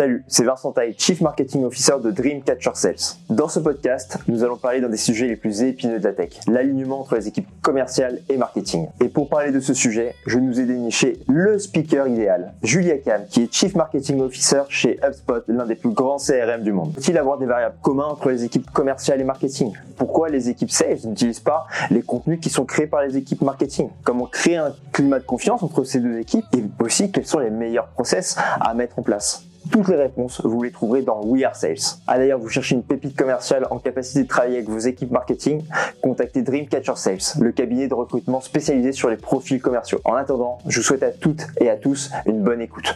Salut, c'est Vincent Taille, Chief Marketing Officer de Dreamcatcher Sales. Dans ce podcast, nous allons parler d'un des sujets les plus épineux de la tech, l'alignement entre les équipes commerciales et marketing. Et pour parler de ce sujet, je nous ai déniché le speaker idéal, Julia Cam, qui est Chief Marketing Officer chez HubSpot, l'un des plus grands CRM du monde. Faut-il avoir des variables communes entre les équipes commerciales et marketing? Pourquoi les équipes sales n'utilisent pas les contenus qui sont créés par les équipes marketing? Comment créer un climat de confiance entre ces deux équipes? Et aussi, quels sont les meilleurs process à mettre en place? Toutes les réponses, vous les trouverez dans We Are Sales. Ah d'ailleurs, vous cherchez une pépite commerciale en capacité de travailler avec vos équipes marketing? Contactez Dreamcatcher Sales, le cabinet de recrutement spécialisé sur les profils commerciaux. En attendant, je vous souhaite à toutes et à tous une bonne écoute.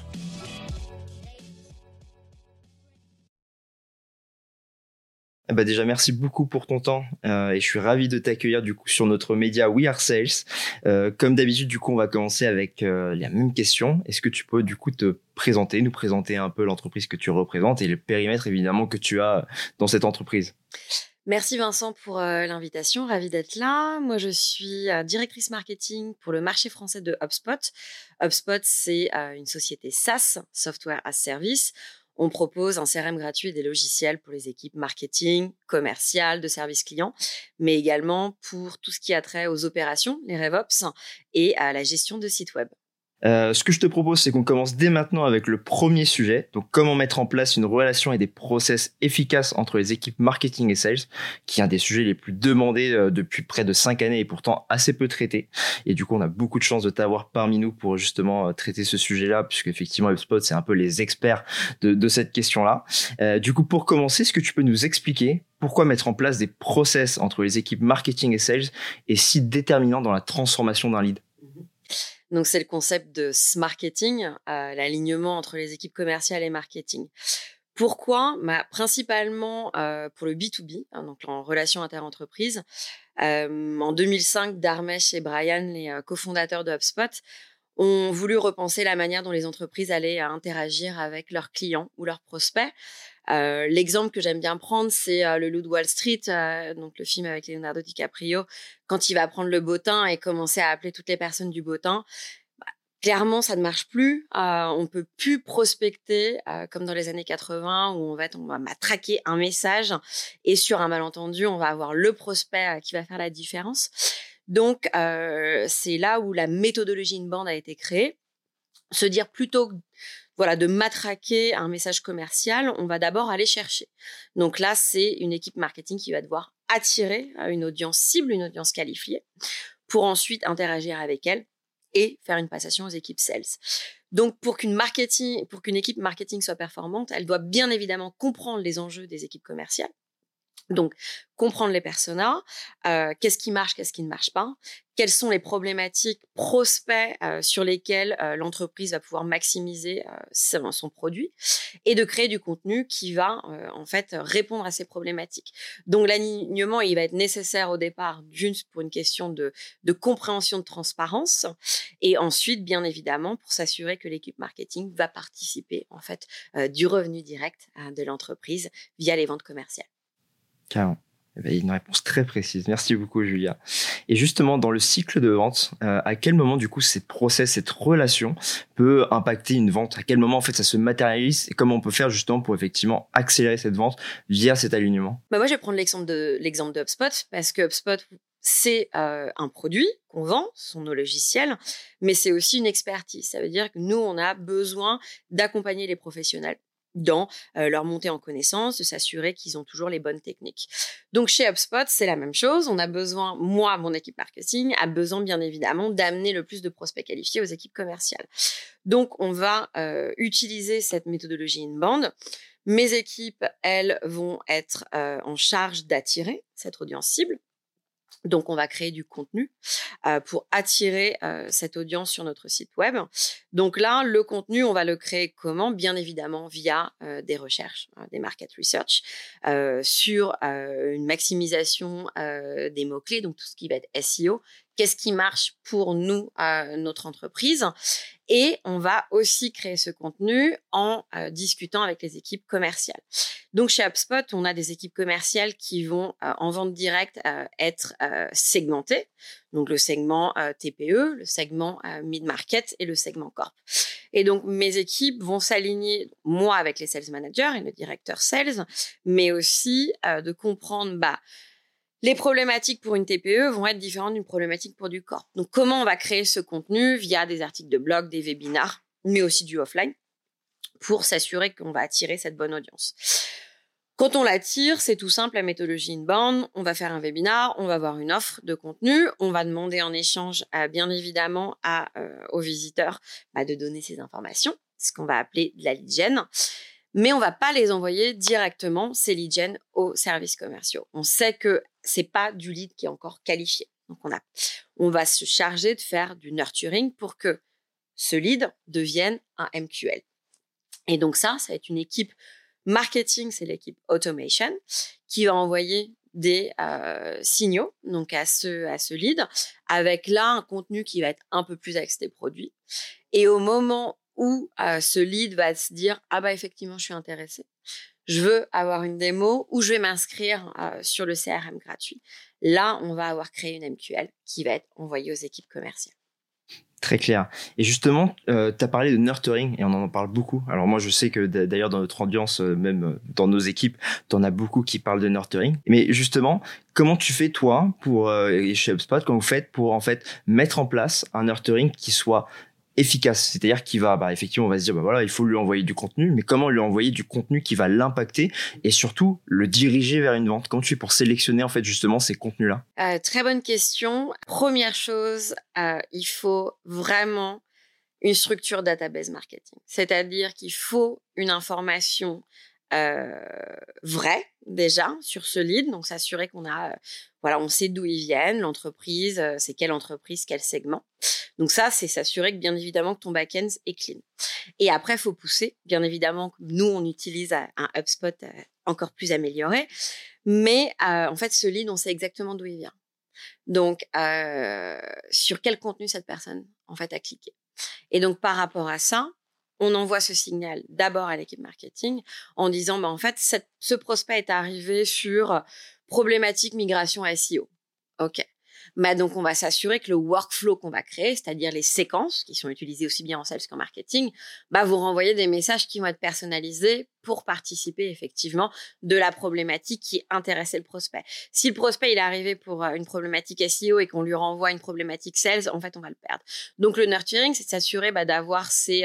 Déjà, merci beaucoup pour ton temps et je suis ravi de t'accueillir du coup sur notre média We Are Sales. Comme d'habitude, du coup, on va commencer avec la même question. Est-ce que tu peux du coup nous présenter un peu l'entreprise que tu représentes et le périmètre évidemment que tu as dans cette entreprise? Merci Vincent pour l'invitation, ravie d'être là. Moi, je suis directrice marketing pour le marché français de HubSpot. HubSpot, c'est une société SaaS, Software as Service. On propose un CRM gratuit et des logiciels pour les équipes marketing, commerciales, de service client, mais également pour tout ce qui a trait aux opérations, les RevOps, et à la gestion de sites web. Ce que je te propose, c'est qu'on commence dès maintenant avec le premier sujet. Donc, comment mettre en place une relation et des process efficaces entre les équipes marketing et sales, qui est un des sujets les plus demandés depuis près de 5 années et pourtant assez peu traité. Et du coup, on a beaucoup de chance de t'avoir parmi nous pour justement traiter ce sujet-là, puisque effectivement, HubSpot, c'est un peu les experts de cette question-là. Du coup, pour commencer, est-ce que tu peux nous expliquer pourquoi mettre en place des process entre les équipes marketing et sales est si déterminant dans la transformation d'un lead? Donc, c'est le concept de marketing, l'alignement entre les équipes commerciales et marketing. Pourquoi? Principalement pour le B2B, donc en relation inter-entreprise. En 2005, Dharmesh et Brian, les cofondateurs de HubSpot, ont voulu repenser la manière dont les entreprises allaient interagir avec leurs clients ou leurs prospects. L'exemple que j'aime bien prendre, c'est le Loup de Wall Street, donc le film avec Leonardo DiCaprio, quand il va prendre le bottin et commencer à appeler toutes les personnes du bottin. Clairement, ça ne marche plus. On peut plus prospecter comme dans les années 80 où on va matraquer un message et sur un malentendu, on va avoir le prospect qui va faire la différence. Donc, c'est là où la méthodologie inbound a été créée. Se dire plutôt de matraquer un message commercial, on va d'abord aller chercher. Donc là, c'est une équipe marketing qui va devoir attirer une audience cible, une audience qualifiée, pour ensuite interagir avec elle et faire une passation aux équipes sales. Donc, pour qu'une équipe marketing soit performante, elle doit bien évidemment comprendre les enjeux des équipes commerciales. Donc, comprendre les personas, qu'est-ce qui marche, qu'est-ce qui ne marche pas, quelles sont les problématiques prospects sur lesquelles l'entreprise va pouvoir maximiser son produit, et de créer du contenu qui va en fait répondre à ces problématiques. Donc, l'alignement, il va être nécessaire au départ, juste pour une question de compréhension, de transparence, et ensuite, bien évidemment, pour s'assurer que l'équipe marketing va participer en fait du revenu direct de l'entreprise via les ventes commerciales. Carrément. Une réponse très précise. Merci beaucoup, Julia. Et justement, dans le cycle de vente, à quel moment, du coup, ces process, cette relation peut impacter une vente? À quel moment, en fait, ça se matérialise et comment on peut faire justement pour effectivement accélérer cette vente via cet alignement? Moi, je vais prendre l'exemple de HubSpot parce que HubSpot, c'est un produit qu'on vend, ce sont nos logiciels, mais c'est aussi une expertise. Ça veut dire que nous, on a besoin d'accompagner les professionnels dans leur montée en connaissance, de s'assurer qu'ils ont toujours les bonnes techniques. Donc, chez HubSpot, c'est la même chose. On a besoin, mon équipe marketing a besoin, bien évidemment, d'amener le plus de prospects qualifiés aux équipes commerciales. Donc, on va utiliser cette méthodologie inbound. Mes équipes, elles, vont être en charge d'attirer cette audience cible. Donc, on va créer du contenu pour attirer cette audience sur notre site web. Donc là, le contenu, on va le créer comment? Bien évidemment via des recherches, des market research, sur une maximisation des mots-clés, donc tout ce qui va être SEO. Qu'est-ce qui marche pour nous, notre entreprise? Et on va aussi créer ce contenu en discutant avec les équipes commerciales. Donc, chez HubSpot, on a des équipes commerciales qui vont, en vente directe, être segmentées. Donc, le segment TPE, le segment mid-market et le segment corp. Et donc, mes équipes vont s'aligner, moi, avec les sales managers et le directeur sales, mais aussi de comprendre, les problématiques pour une TPE vont être différentes d'une problématique pour du corp. Donc, comment on va créer ce contenu via des articles de blog, des webinars, mais aussi du offline, pour s'assurer qu'on va attirer cette bonne audience. Quand on l'attire, c'est tout simple, la méthodologie inbound. On va faire un webinar, on va avoir une offre de contenu, on va demander en échange, bien évidemment, aux visiteurs de donner ces informations, ce qu'on va appeler de la lead gen. Mais on va pas les envoyer directement, ces lead gen, aux services commerciaux. On sait que c'est pas du lead qui est encore qualifié. Donc, on va se charger de faire du nurturing pour que ce lead devienne un MQL. Et donc ça va être une équipe marketing, c'est l'équipe automation, qui va envoyer des signaux donc à ce lead, avec là un contenu qui va être un peu plus axé des produits. Et au moment où ce lead va se dire « Ah effectivement, je suis intéressé, je veux avoir une démo ou je vais m'inscrire sur le CRM gratuit », là, on va avoir créé une MQL qui va être envoyée aux équipes commerciales. Très clair. Et justement, tu as parlé de nurturing et on en parle beaucoup. Alors moi, je sais que d'ailleurs dans notre ambiance, même dans nos équipes, tu en as beaucoup qui parlent de nurturing. Mais justement, comment tu fais toi pour chez HubSpot, comment vous faites pour en fait mettre en place un nurturing qui soit efficace, c'est-à-dire qu'il va, effectivement, on va se dire, voilà, il faut lui envoyer du contenu, mais comment lui envoyer du contenu qui va l'impacter et surtout le diriger vers une vente? Comment tu fais pour sélectionner en fait justement ces contenus-là? Très bonne question. Première chose, il faut vraiment une structure database marketing, c'est-à-dire qu'il faut une information vraie déjà sur ce lead, donc s'assurer qu'on a, on sait d'où ils viennent, l'entreprise, c'est quelle entreprise, quel segment. Donc ça, c'est s'assurer que bien évidemment que ton back-end est clean. Et après, il faut pousser. Bien évidemment, nous, on utilise un HubSpot encore plus amélioré, mais en fait, ce lead, on sait exactement d'où il vient. Donc, sur quel contenu cette personne en fait a cliqué. Et donc, par rapport à ça, on envoie ce signal d'abord à l'équipe marketing en disant, en fait, ce prospect est arrivé sur problématique migration SEO. OK. Donc, on va s'assurer que le workflow qu'on va créer, c'est-à-dire les séquences qui sont utilisées aussi bien en sales qu'en marketing, vous renvoyer des messages qui vont être personnalisés pour participer effectivement de la problématique qui intéressait le prospect. Si le prospect il est arrivé pour une problématique SEO et qu'on lui renvoie une problématique sales, en fait, on va le perdre. Donc, le nurturing, c'est de s'assurer d'avoir ces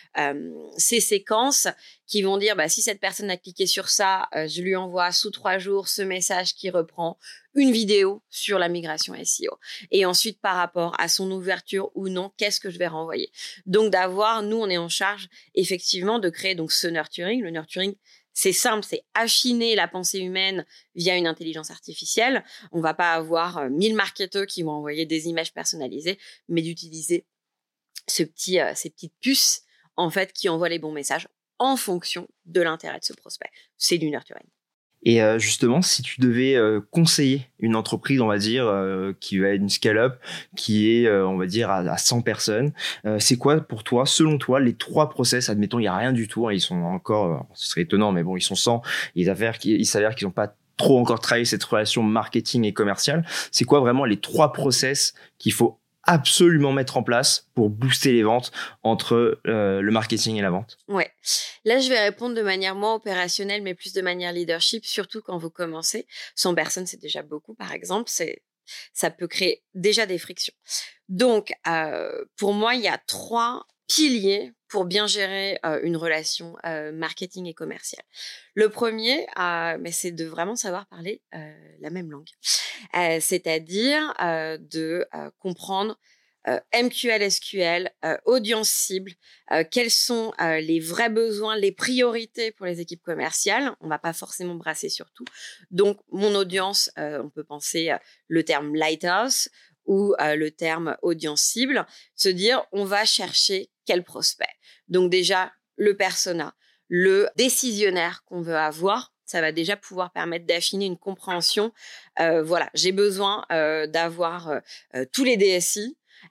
séquences qui vont dire, si cette personne a cliqué sur ça, je lui envoie sous 3 jours ce message qui reprend une vidéo sur la migration SEO. Et ensuite, par rapport à son ouverture ou non, qu'est-ce que je vais renvoyer? Donc, nous, on est en charge effectivement de créer donc ce nurturing. Le nurturing, c'est simple, c'est affiner la pensée humaine via une intelligence artificielle. On va pas avoir 1000 marketeurs qui vont envoyer des images personnalisées, mais d'utiliser ces petites puces en fait qui envoient les bons messages en fonction de l'intérêt de ce prospect. C'est du nurturing. Et justement, si tu devais conseiller une entreprise, on va dire, qui va être une scale-up, qui est, on va dire, à 100 personnes, c'est quoi pour toi, selon toi, les 3 process? Admettons, il n'y a rien du tout, ils sont encore, ce serait étonnant, mais bon, ils sont 100, il s'avère qu'ils n'ont pas trop encore travaillé cette relation marketing et commerciale. C'est quoi vraiment les 3 process qu'il faut absolument mettre en place pour booster les ventes entre le marketing et la vente? Ouais. Là, je vais répondre de manière moins opérationnelle, mais plus de manière leadership, surtout quand vous commencez. 100 personnes, c'est déjà beaucoup, par exemple. Ça peut créer déjà des frictions. Donc, pour moi, il y a 3 piliers pour bien gérer une relation marketing et commerciale. Le premier, mais c'est de vraiment savoir parler la même langue. C'est-à-dire de comprendre MQL, SQL, audience cible, quels sont les vrais besoins, les priorités pour les équipes commerciales. On ne va pas forcément brasser sur tout. Donc, mon audience, on peut penser le terme lighthouse ou le terme audience cible, se dire on va chercher quel prospect. Donc déjà, le persona, le décisionnaire qu'on veut avoir, ça va déjà pouvoir permettre d'affiner une compréhension. J'ai besoin d'avoir tous les DSI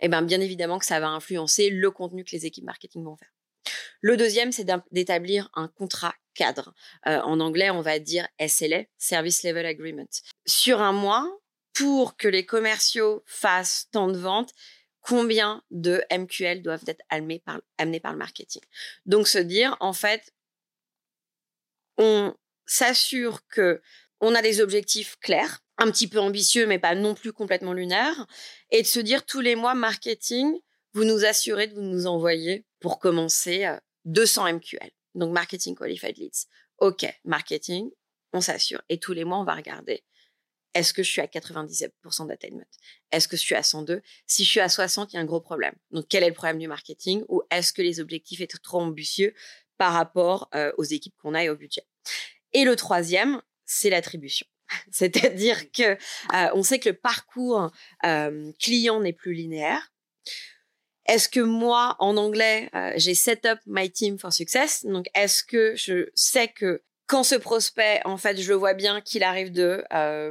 et bien évidemment que ça va influencer le contenu que les équipes marketing vont faire. Le deuxième, c'est d'établir un contrat cadre. En anglais, on va dire SLA, Service Level Agreement. Sur un mois, pour que les commerciaux fassent tant de ventes, combien de MQL doivent être amenés par le marketing. Donc, se dire, en fait, on s'assure qu'on a des objectifs clairs, un petit peu ambitieux, mais pas non plus complètement lunaires, et de se dire, tous les mois, marketing, vous nous assurez de nous envoyer, pour commencer, 200 MQL. Donc, Marketing Qualified Leads. OK, marketing, on s'assure. Et tous les mois, on va regarder. Est-ce que je suis à 97% d'attainment? Est-ce que je suis à 102? Si je suis à 60, il y a un gros problème. Donc, quel est le problème du marketing? Ou est-ce que les objectifs étaient trop ambitieux par rapport aux équipes qu'on a et au budget? Et le troisième, c'est l'attribution. C'est-à-dire que on sait que le parcours client n'est plus linéaire. Est-ce que moi, en anglais, j'ai set up my team for success? Donc, est-ce que je sais que quand ce prospect, en fait, je le vois bien qu'il arrive d'un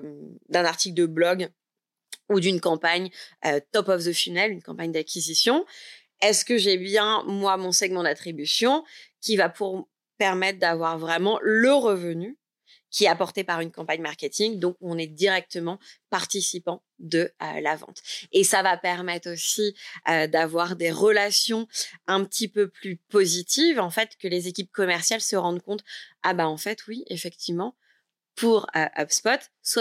article de blog ou d'une campagne top of the funnel, une campagne d'acquisition, est-ce que j'ai bien, moi, mon segment d'attribution qui va permettre d'avoir vraiment le revenu qui est apporté par une campagne marketing, donc on est directement participant de la vente. Et ça va permettre aussi d'avoir des relations un petit peu plus positives, en fait, que les équipes commerciales se rendent compte, en fait, oui, effectivement, pour HubSpot,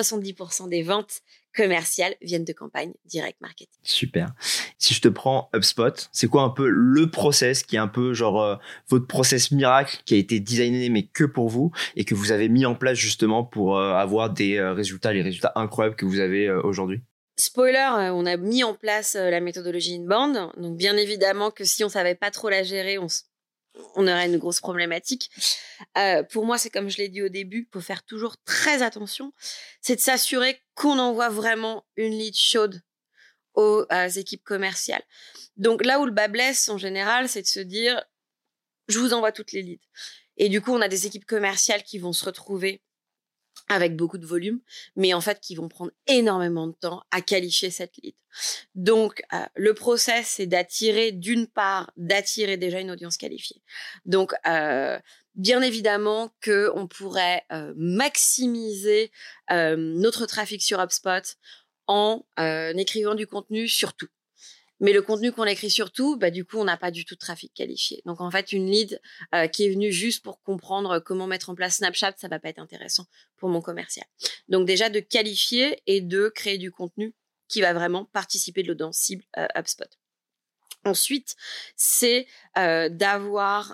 70% des ventes commerciales viennent de campagnes direct marketing. Super. Si je te prends HubSpot, c'est quoi un peu le process qui est un peu genre votre process miracle qui a été designé mais que pour vous et que vous avez mis en place justement pour avoir des résultats, les résultats incroyables que vous avez aujourd'hui? Spoiler, on a mis en place la méthodologie inbound. Donc bien évidemment que si on savait pas trop la gérer, on aurait une grosse problématique. Pour moi, c'est comme je l'ai dit au début, il faut faire toujours très attention. C'est de s'assurer qu'on envoie vraiment une lead chaude aux équipes commerciales. Donc là où le bas blesse en général, c'est de se dire, je vous envoie toutes les leads. Et du coup, on a des équipes commerciales qui vont se retrouver avec beaucoup de volume, mais en fait qui vont prendre énormément de temps à qualifier cette lead. Donc, le process, c'est d'attirer déjà une audience qualifiée. Donc, bien évidemment qu'on pourrait maximiser notre trafic sur HubSpot en écrivant du contenu sur tout. Mais le contenu qu'on écrit surtout, du coup, on n'a pas du tout de trafic qualifié. Donc, en fait, une lead qui est venue juste pour comprendre comment mettre en place Snapchat, ça va pas être intéressant pour mon commercial. Donc, déjà, de qualifier et de créer du contenu qui va vraiment participer de l'audience cible HubSpot. Ensuite, c'est d'avoir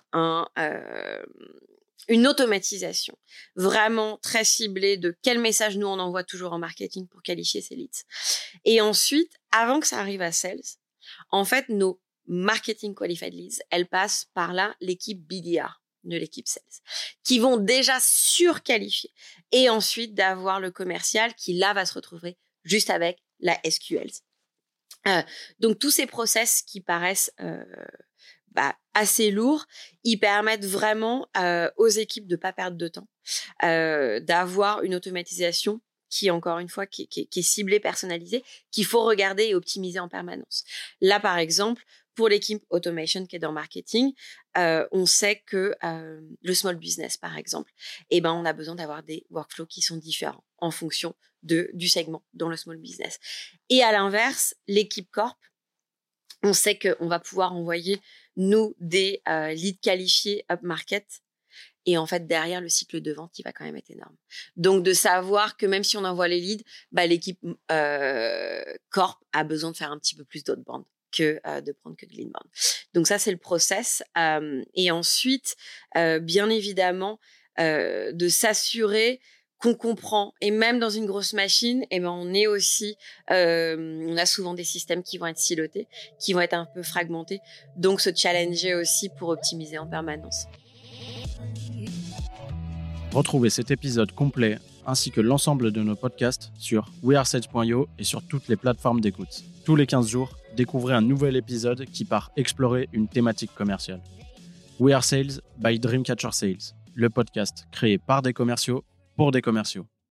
une automatisation vraiment très ciblée de quel message nous on envoie toujours en marketing pour qualifier ces leads. Et ensuite, avant que ça arrive à Sales, en fait, nos marketing qualified leads, elles passent par là l'équipe BDR de l'équipe Sales, qui vont déjà surqualifier. Et ensuite, d'avoir le commercial qui, là, va se retrouver juste avec la SQL. Donc, tous ces process qui paraissent assez lourds, ils permettent vraiment aux équipes de ne pas perdre de temps, d'avoir une automatisation qui, encore une fois, qui est ciblée, personnalisée, qu'il faut regarder et optimiser en permanence. Là, par exemple, pour l'équipe automation qui est dans marketing, on sait que le small business, par exemple, on a besoin d'avoir des workflows qui sont différents en fonction du segment dans le small business. Et à l'inverse, l'équipe corp, on sait qu'on va pouvoir envoyer, nous, des leads qualifiés up-market. Et en fait, derrière, le cycle de vente, il va quand même être énorme. Donc, de savoir que même si on envoie les leads, l'équipe corp a besoin de faire un petit peu plus d'outbound que de prendre que de l'inbound. Donc, ça, c'est le process. Et ensuite, bien évidemment, de s'assurer qu'on comprend. Et même dans une grosse machine, on est aussi, on a souvent des systèmes qui vont être silotés, qui vont être un peu fragmentés. Donc, se challenger aussi pour optimiser en permanence. Retrouvez cet épisode complet ainsi que l'ensemble de nos podcasts sur wearesales.io et sur toutes les plateformes d'écoute. Tous les 15 jours, découvrez un nouvel épisode qui part explorer une thématique commerciale. We Are Sales by Dreamcatcher Sales, le podcast créé par des commerciaux pour des commerciaux.